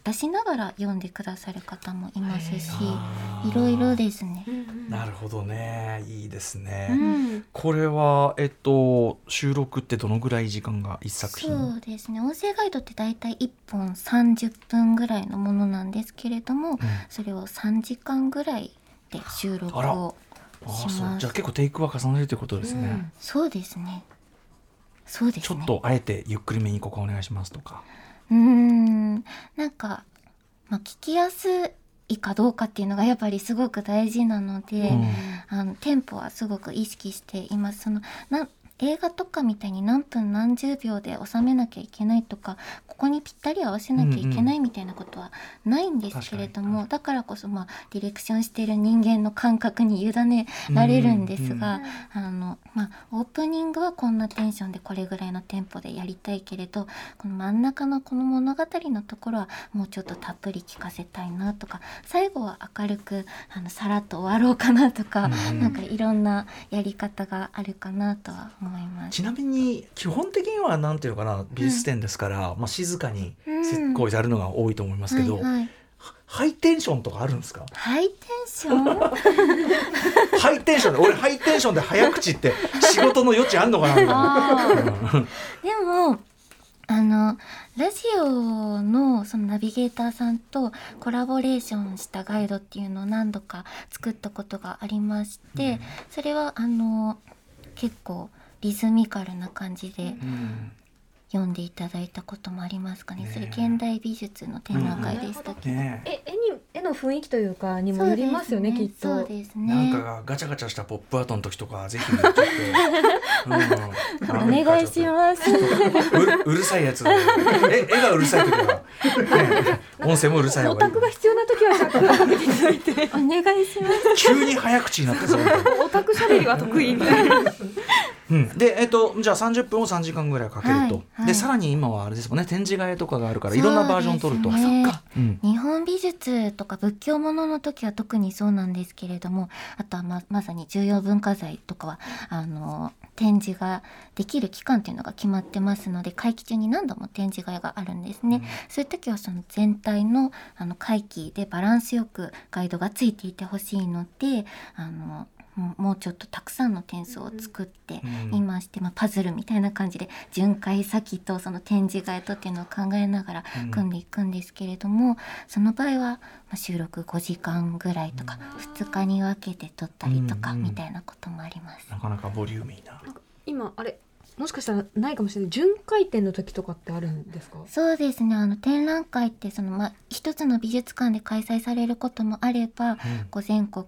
出しながら読んでくださる方もいますし、いろいろですね。 なるほどね、いいですね、 うん、 これは、収録ってどのぐらい時間が1作品？ そうですね、音声ガイドってだいたい1本30分ぐらいのものなんですけれども、それを3時間ぐらいで収録をしそうます。 じゃあ結構テイクは重ねるということですね、 そうですね。そうですね。 ちょっとあえてゆっくりめにここお願いしますとか。 なんか、聞きやすいかどうかっていうのがやっぱりすごく大事なので、テンポはすごく意識しています。映画とかみたいに何分何十秒で収めなきゃいけないとか、ここにぴったり合わせなきゃいけないみたいなことはないんですけれども、だからこそディレクションしている人間の感覚に委ねられるんですが、オープニングはこんなテンションでこれぐらいのテンポでやりたいけれど、この真ん中のこの物語のところはもうちょっとたっぷり聞かせたいなとか、最後は明るくさらっと終わろうかなとか、なんかいろんなやり方があるかなとは思います。 ちなみに基本的にはなんていうのかな、美術展ですから、静かにこうやるのが多いと思いますけど、ハイテンションとかあるんですか？ ハイテンションハイテンションで、俺ハイテンションで早口って仕事の余地あんのかなみたいな。 でもラジオのそのナビゲーターさんとコラボレーションしたガイドっていうのを何度か作ったことがありまして、それは結構リズミカルな感じで読んでいただいたこともありますかね。それ現代美術の展覧会でしたけど、 絵の雰囲気というかにもよりますよね、きっと。 そうですね。 なんかガチャガチャしたポップアートの時とかぜひちょっと、 お願いします。 うるさいやつ、絵がうるさい時は、音声もうるさい方オがいい。 タクが必要な時はちゃんとかけていただいてお願いします。 急に早口になってそう。 オタクしゃべりは得意みたいな。 でじゃあ30分を3時間ぐらいかけると、でさらに今はあれですもんね、展示会とかがあるからいろんなバージョン取ると、 日本美術とか仏教ものの時は特にそうなんですけれども、あとは まさに重要文化財とかは展示ができる期間というのが決まってますので、会期中に何度も展示会があるんですね、そういう時はその全体の会期でバランスよくガイドがついていてほしいので、もうちょっとたくさんの点数を作っていまして、パズルみたいな感じで巡回先とその展示会とっていうのを考えながら組んでいくんですけれども、その場合は収録5時間ぐらいとか2日に分けて撮ったりとかみたいなこともあります。 なかなかボリューミーな。 今あれもしかしたらないかもしれない、巡回展の時とかってあるんですか？ そうですね、展覧会って一つの美術館で開催されることもあれば、全国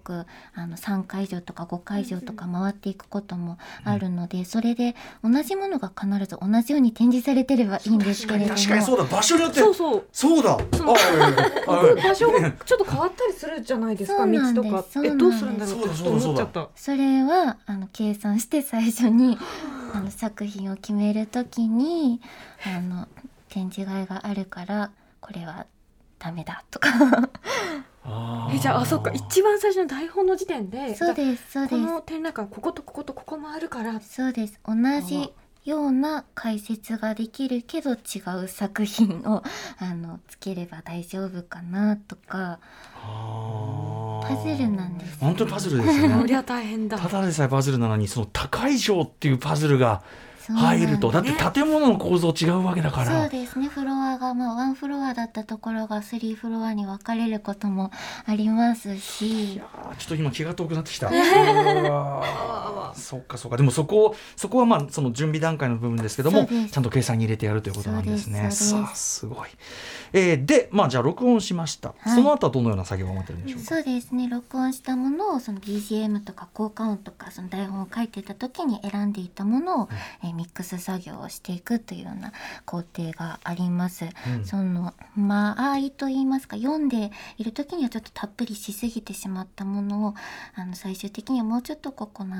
3会場とか5会場とか回っていくこともあるので、それで同じものが必ず同じように展示されてればいいんですけれども、 確かにそうだ、場所によってそうだ場所がちょっと変わったりするじゃないですか、道とかどうするんだろうって思っちゃった。 それは計算して最初に作品を決めるときに展示会があるからこれはダメだとかじゃあそっか、一番最初の台本の時点で、 そうですそうです、 この展覧会こことこことここもあるから、 そうです、同じような解説ができるけど違う作品をつければ大丈夫かなとか、パズルなんです、ね、 本当にパズルですね。 こりゃ大変だ。 ただでさえパズルなのに、その多会場っていうパズルが入ると、だって建物の構造違うわけだから。 そうですね、フロアが1フロアだったところが3フロアに分かれることもありますし、 いやちょっと今気が遠くなってきた。そうかそうか、でもそこはその準備段階の部分ですけども、ちゃんと計算に入れてやるということなんですね。さあすごい。でじゃあ録音しました、その後はどのような作業が待ってるんでしょうか？ そうですね、録音したものをその BGM とか効果音とかその台本を書いていた時に選んでいたものを、ミックス作業をしていくというような工程があります、その間合いといいますか、読んでいる時にはちょっとたっぷりしすぎてしまったものを最終的にはもうちょっとここ何秒ぐらい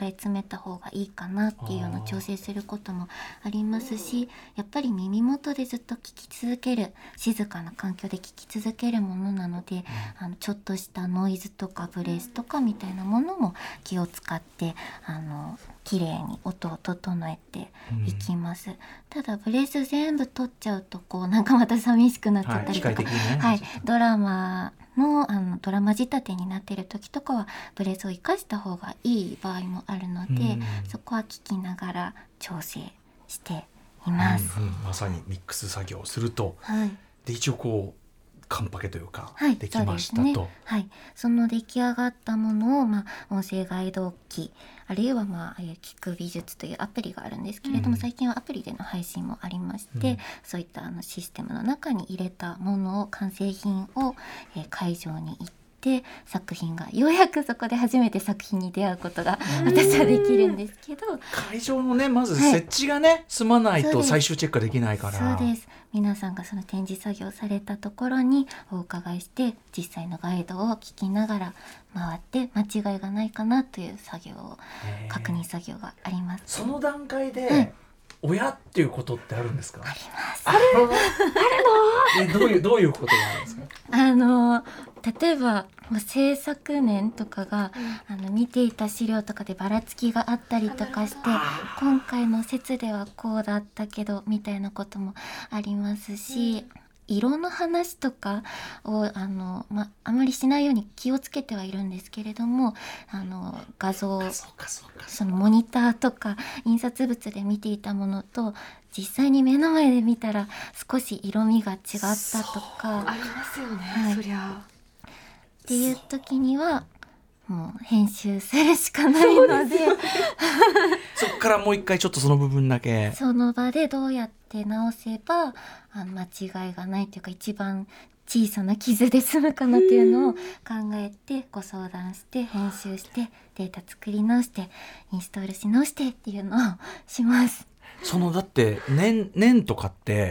らい詰めた方がいいかなっていうような調整することもありますし、やっぱり耳元でずっと聞き続ける、静かな環境で聞き続けるものなので、ちょっとしたノイズとかブレスとかみたいなものも気を使って綺麗に音を整えていきます。ただブレス全部取っちゃうとなんかまた寂しくなっちゃったりとか、 機械的にね、 はい、ドラマドラマ仕立てになっている時とかはブレスを生かした方がいい場合もあるので、そこは聞きながら調整しています。 まさにミックス作業をすると、 はい、 で一応カンパケというか、 はい、 できましたそうですと、 ね、はい、その出来上がったものを、音声ガイド機あるいは、聞く美術というアプリがあるんですけれども、最近はアプリでの配信もありまして、そういったシステムの中に入れたものを完成品を、会場に行って作品がようやくそこで初めて作品に出会うことが私はできるんですけど、 会場のねまず設置がね、済まないと最終チェックができないから。 そうです。皆さんがその展示作業されたところにお伺いして実際のガイドを聞きながら回って間違いがないかなという作業を確認作業があります。 その段階で、親っていうことってあるんですか？ あります。 あるの？どういうことがあるんですか？ 例えば制作年とかが、見ていた資料とかでばらつきがあったりとかして、今回の説ではこうだったけどみたいなこともありますし、色の話とかをあまりしないように気をつけてはいるんですけれども、画像そのモニターとか印刷物で見ていたものと実際に目の前で見たら少し色味が違ったとかありますよね、 はい、 そりゃっていう時にはもう編集するしかないのでそこからもう一回ちょっとその部分だけその場でどうやって直せば間違いがないというか一番小さな傷で済むかなっていうのを考えてご相談して編集してデータ作り直してインストールし直してっていうのをします。 だって年とかって、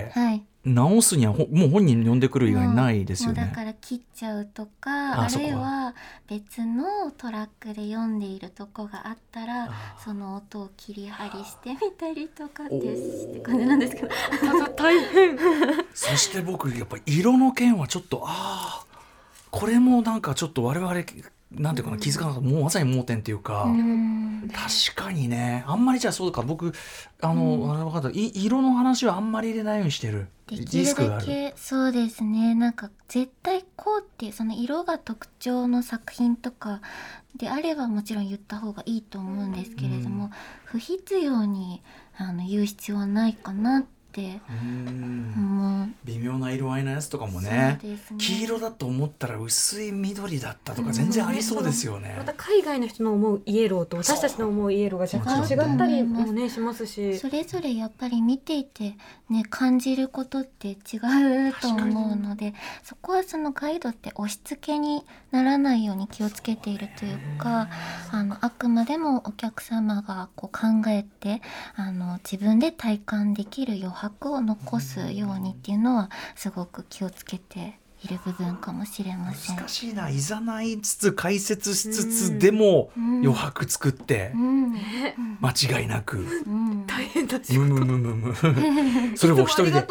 はい、 直すにはもう本人呼んでくる以外ないですよね。 もうだから切っちゃうとかあるいは別のトラックで読んでいるとこがあったらその音を切り張りしてみたりとかって感じなんですけど大変そして僕やっぱ色の件はちょっとこれもなんかちょっと我々なんていうかな、気づかなかった、もうまさに盲点っていうか、確かにね、あんまりじゃあそうか僕分かった、色の話はあんまり入れないようにしてる。 できるだけそうですね、なんか絶対こうっていうその色が特徴の作品とかであればもちろん言った方がいいと思うんですけれども、不必要に言う必要はないかなって微妙な色合いのやつとかも ね、黄色だと思ったら薄い緑だったとか全然ありそうですよね。 また海外の人の思うイエローと私たちの思うイエローが若干違ったりもねしますし、 それぞれやっぱり見ていてね感じることって違うと思うので、そこはそのガイドって押し付けにならないように気をつけているというか、あくまでもお客様がこう考えて自分で体感できる余白を残すようにっていうのはすごく気をつけている部分かもしれません。 難しいな、いざないつつ解説しつつでも余白作って、間違いなく、 大変だ仕事それをお一人で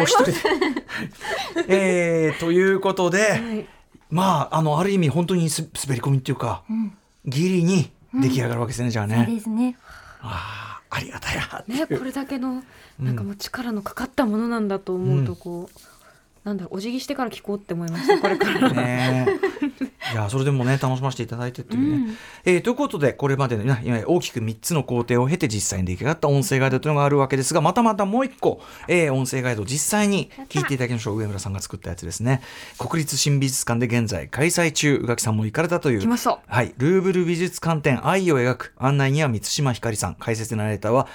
ということで、ある意味本当に滑り込みっていうか、ギリに出来上がるわけですね、じゃあね。 そうですね。 ありがたいな、これだけのなんかもう力のかかったものなんだと思うとなんだろう、お辞儀してから聞こうって思いました、これからね。いやそれでもね楽しませていただいてっていうね、ということでこれまでの、大きく3つの工程を経て実際に出来上がった音声ガイドというのがあるわけですが、またもう1個、音声ガイドを実際に聞いていただきましょう。上村さんが作ったやつですね。国立新美術館で現在開催中、宇垣さんも行かれたという、はい、ルーブル美術館展愛を描く。案内には満島ひかりさん、解説ナレーターは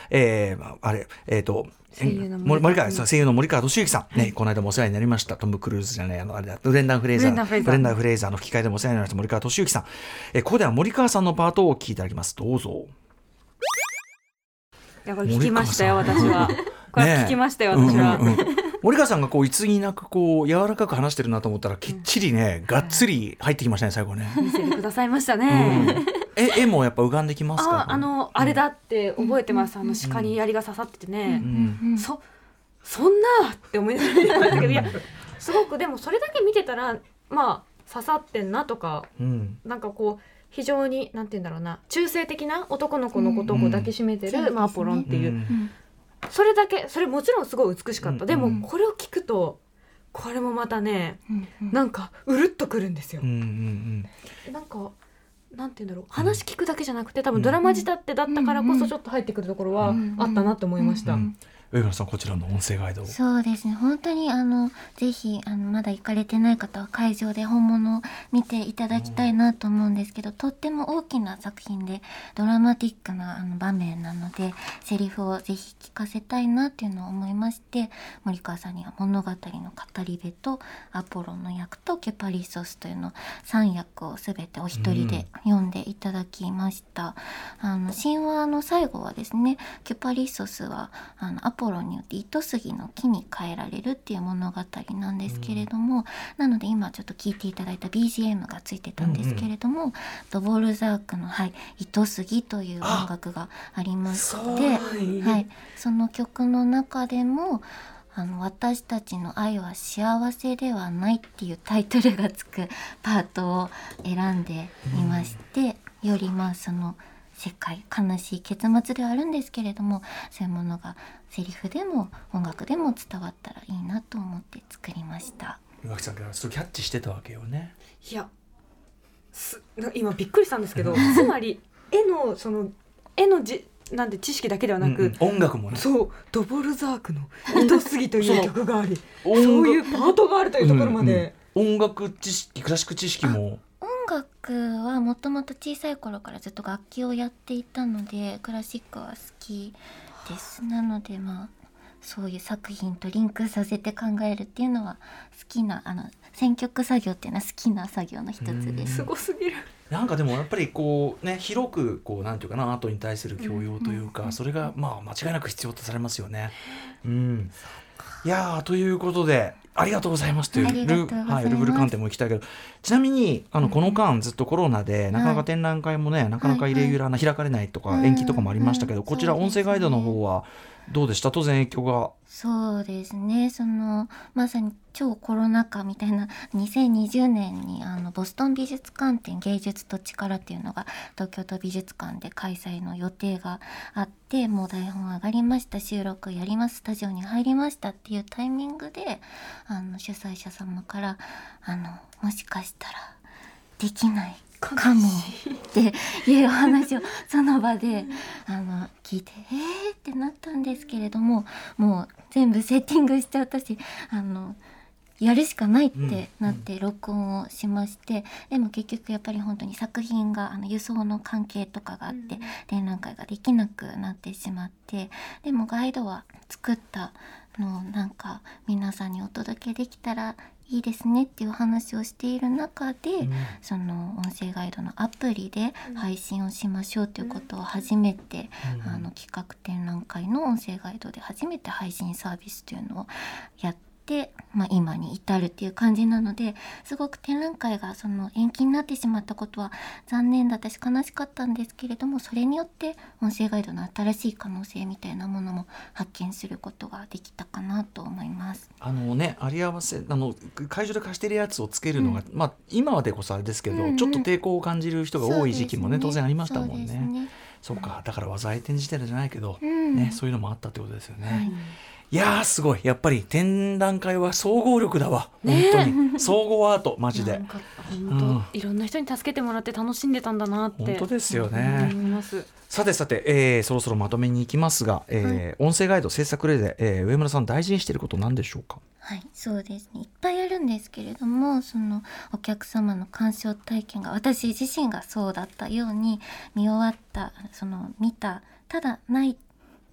声優の森川俊之さん、ね、この間もお世話になりました。トム・クルーズじゃないブレンダン・フレイザーの吹き替えでもお世話になりました森川俊之さん。ここでは森川さんのパートをお聞きいただきます。どうぞ。 いやこれ聞きましたよ私はこれ聞きましたよ、私は。 森川さんがこういつになくこう柔らかく話してるなと思ったらきっちりね、がっつり入ってきましたね最後ね。 見せてくださいましたね。 絵もやっぱ浮かんできますか？ あれだって覚えてます。鹿に槍が刺さっててね、そんなって思いながら見てましたけど、いやすごくでもそれだけ見てたらまあ刺さってんなとか、なんかこう非常になんて言うんだろうな、中性的な男の子のことを抱きしめてる、アポロンっていう、それだけ、それもちろんすごい美しかった。でもこれを聞くとこれもまたね、なんかうるっとくるんですよ。なんかなんて言うんだろう、話聞くだけじゃなくて多分ドラマ仕立てだったからこそちょっと入ってくるところはあったなと思いました。 上村さん、こちらの音声ガイド。 そうですね、本当にぜひまだ行かれてない方は会場で本物を見ていただきたいなと思うんですけど、とっても大きな作品でドラマティックな場面なので、セリフをぜひ聞かせたいなっていうのを思いまして、森川さんには物語の語り部とアポロンの役とケパリソスというの3役を全てお一人で読んでいただきました。神話の最後はですね、ケパリソスはアポロンによって糸杉の木に変えられるっていう物語なんですけれども、なので今ちょっと聞いていただいた BGM がついてたんですけれども、ドボルザークの、糸杉という音楽がありまして、その曲の中でも私たちの愛は幸せではないっていうタイトルがつくパートを選んでいまして、よりその世界、悲しい結末ではあるんですけれども、そういうものがセリフでも音楽でも伝わったらいいなと思って作りました。 岩木さんがそれキャッチしてたわけよね。 いや今びっくりしたんですけどつまり絵のなんで知識だけではなく、 音楽もね、 そうドボルザークの糸杉という曲がありそういうパートがあるというところまで、 音楽知識、クラシック知識も。 音楽はもともと小さい頃からずっと楽器をやっていたのでクラシックは好きです。なのでそういう作品とリンクさせて考えるっていうのは好きな選曲作業っていうのは好きな作業の一つです。 すごすぎる。 なんかでもやっぱりこうね、広くこうなんていうかな、アートに対する教養というか、それが間違いなく必要とされますよね。いやということでありがとうございますというルブル鑑定も行きたいけど、ちなみにこの間ずっとコロナでなかなか展覧会もね、なかなかイレギュラーな開かれないとか延期とかもありましたけど、こちら音声ガイドの方はどうでした？当然影響が。 そうですね、まさに超コロナ禍みたいな2020年にボストン美術館展芸術と力っていうのが東京都美術館で開催の予定があって、もう台本上がりました、収録やります、スタジオに入りましたっていうタイミングで主催者様からもしかしたらできないかもっていう話をその場で聞いてってなったんですけれども、もう全部セッティングしちゃったしやるしかないってなって録音をしまして、でも結局やっぱり本当に作品が輸送の関係とかがあって展覧会ができなくなってしまって、でもガイドは作ったのをなんか皆さんにお届けできたらいいですねっていう話をしている中で、その音声ガイドのアプリで配信をしましょうということを初めて、企画展覧会の音声ガイドで初めて配信サービスというのをやって、今に至るっていう感じなので、すごく展覧会が延期になってしまったことは残念だったし悲しかったんですけれども、それによって音声ガイドの新しい可能性みたいなものも発見することができたかなと思います。 あり合わせ会場で貸してるやつをつけるのが、今はでこそあれですけど、ちょっと抵抗を感じる人が多い時期もね、当然ありましたもんね。そうか、だから技あり展示テラじゃないけど、そういうのもあったってことですよね。いやすごい、やっぱり展覧会は総合力だわ、本当に総合アートマジで。なんか本当、いろんな人に助けてもらって楽しんでたんだなって本当ですよね。 思います。 さて、そろそろまとめに行きますが、音声ガイド制作例で、上村さん大事にしていること何でしょうか？ はい、そうですね、いっぱいあるんですけれども、お客様の鑑賞体験が私自身がそうだったように見終わった見たただない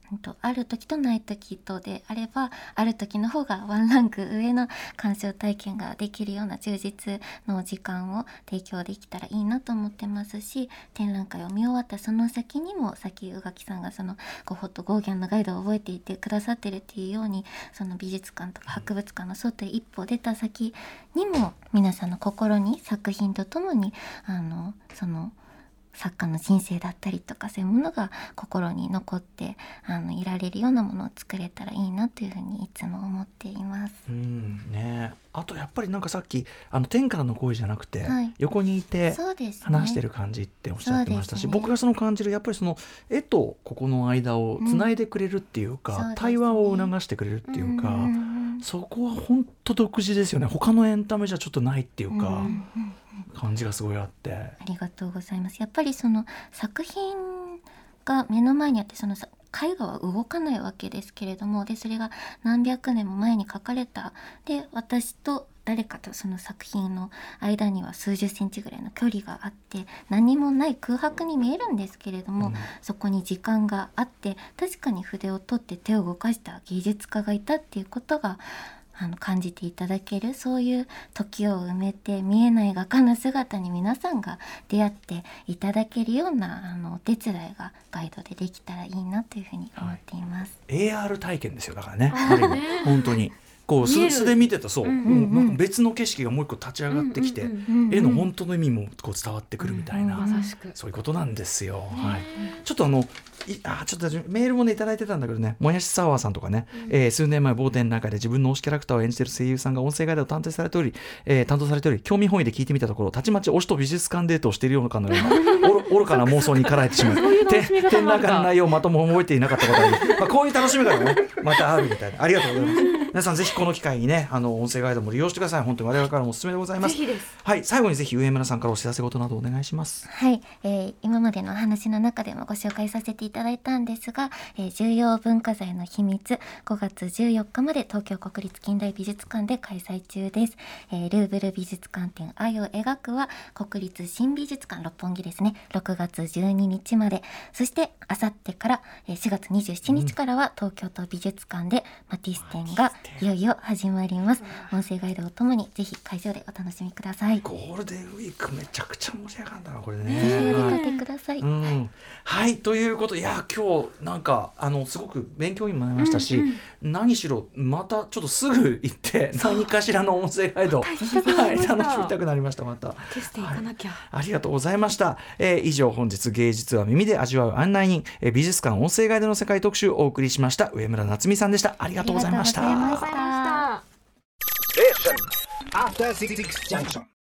ある時とない時とであれば、ある時の方がワンランク上の鑑賞体験ができるような充実の時間を提供できたらいいなと思ってますし、展覧会を見終わったその先にも、さっき宇垣さんがそのゴッホとゴーギャンのガイドを覚えていてくださってるっていうように、その美術館とか博物館の外へ一歩出た先にも、皆さんの心に作品とともにその作家の人生だったりとか、そういうものが心に残っていられるようなものを作れたらいいなというふうにいつも思っています。 ね、あとやっぱりなんかさっき天からの声じゃなくて、 はい、 横にいてそうですね、 話してる感じっておっしゃってましたし、 そうですね、 僕がその感じるやっぱりその絵とここの間をつないでくれるっていうか、 そうですね、 対話を促してくれるっていうか、そこは本当独自ですよね。他のエンタメじゃちょっとないっていうか、感じがすごいあって、 ありがとうございます。やっぱりその作品が目の前にあって、その絵画は動かないわけですけれども、でそれが何百年も前に描かれた、で私と誰かとその作品の間には数十センチぐらいの距離があって、何もない空白に見えるんですけれども、そこに時間があって、確かに筆を取って手を動かした芸術家がいたっていうことが感じていただける、そういう時を埋めて見えない画家の姿に皆さんが出会っていただけるようなお手伝いがガイドでできたらいいなというふうに思っています。 AR 体験ですよ、だからね、本当にこう素で見てた、そう、なんか別の景色がもう一個立ち上がってきて、絵の本当の意味もこう伝わってくるみたいな、そういうことなんですよ。はい、ちょっとちょっとメールもねいただいてたんだけどね、もやしサワーさんとかね、数年前某展の中で自分の推しキャラクターを演じている声優さんが音声ガイドを担当されており、興味本位で聞いてみたところ、たちまち推しと美術館デートをしているようなかのような愚かな妄想に駆られてしまう展覧会の内容をまとも覚えていなかったことに、こういう楽しみがねまたあるみたいな。ありがとうございます。皆さんぜひこの機会にね、音声ガイドも利用してください。本当に我々からもお勧めでございます。 ぜひです。 はい、最後にぜひ上村さんからお知らせ事などお願いします。 はい、今までのお話の中でもご紹介させていただいたんですが、重要文化財の秘密、5月14日まで東京国立近代美術館で開催中です。ルーブル美術館展愛を描くは国立新美術館六本木ですね、6月12日まで、そしてあさってから4月27日からは東京都美術館でマティス展がいよいよ始まります。音声ガイドをともにぜひ会場でお楽しみください。 ゴールデンウィークめちゃくちゃ盛り上がるんだなこれぜひね。 お出かけください。 はい、ということで、いや今日なんかすごく勉強にもなりましたし、何しろまたちょっとすぐ行って何かしらの音声ガイド楽しみたくなりました。またテスト行かなきゃ、 ありがとうございました。以上本日芸術は耳で味わう案内人、美術館音声ガイドの世界特集をお送りしました上村夏美さんでした。ありがとうございました。 ありがとうございました。 After 66 junction.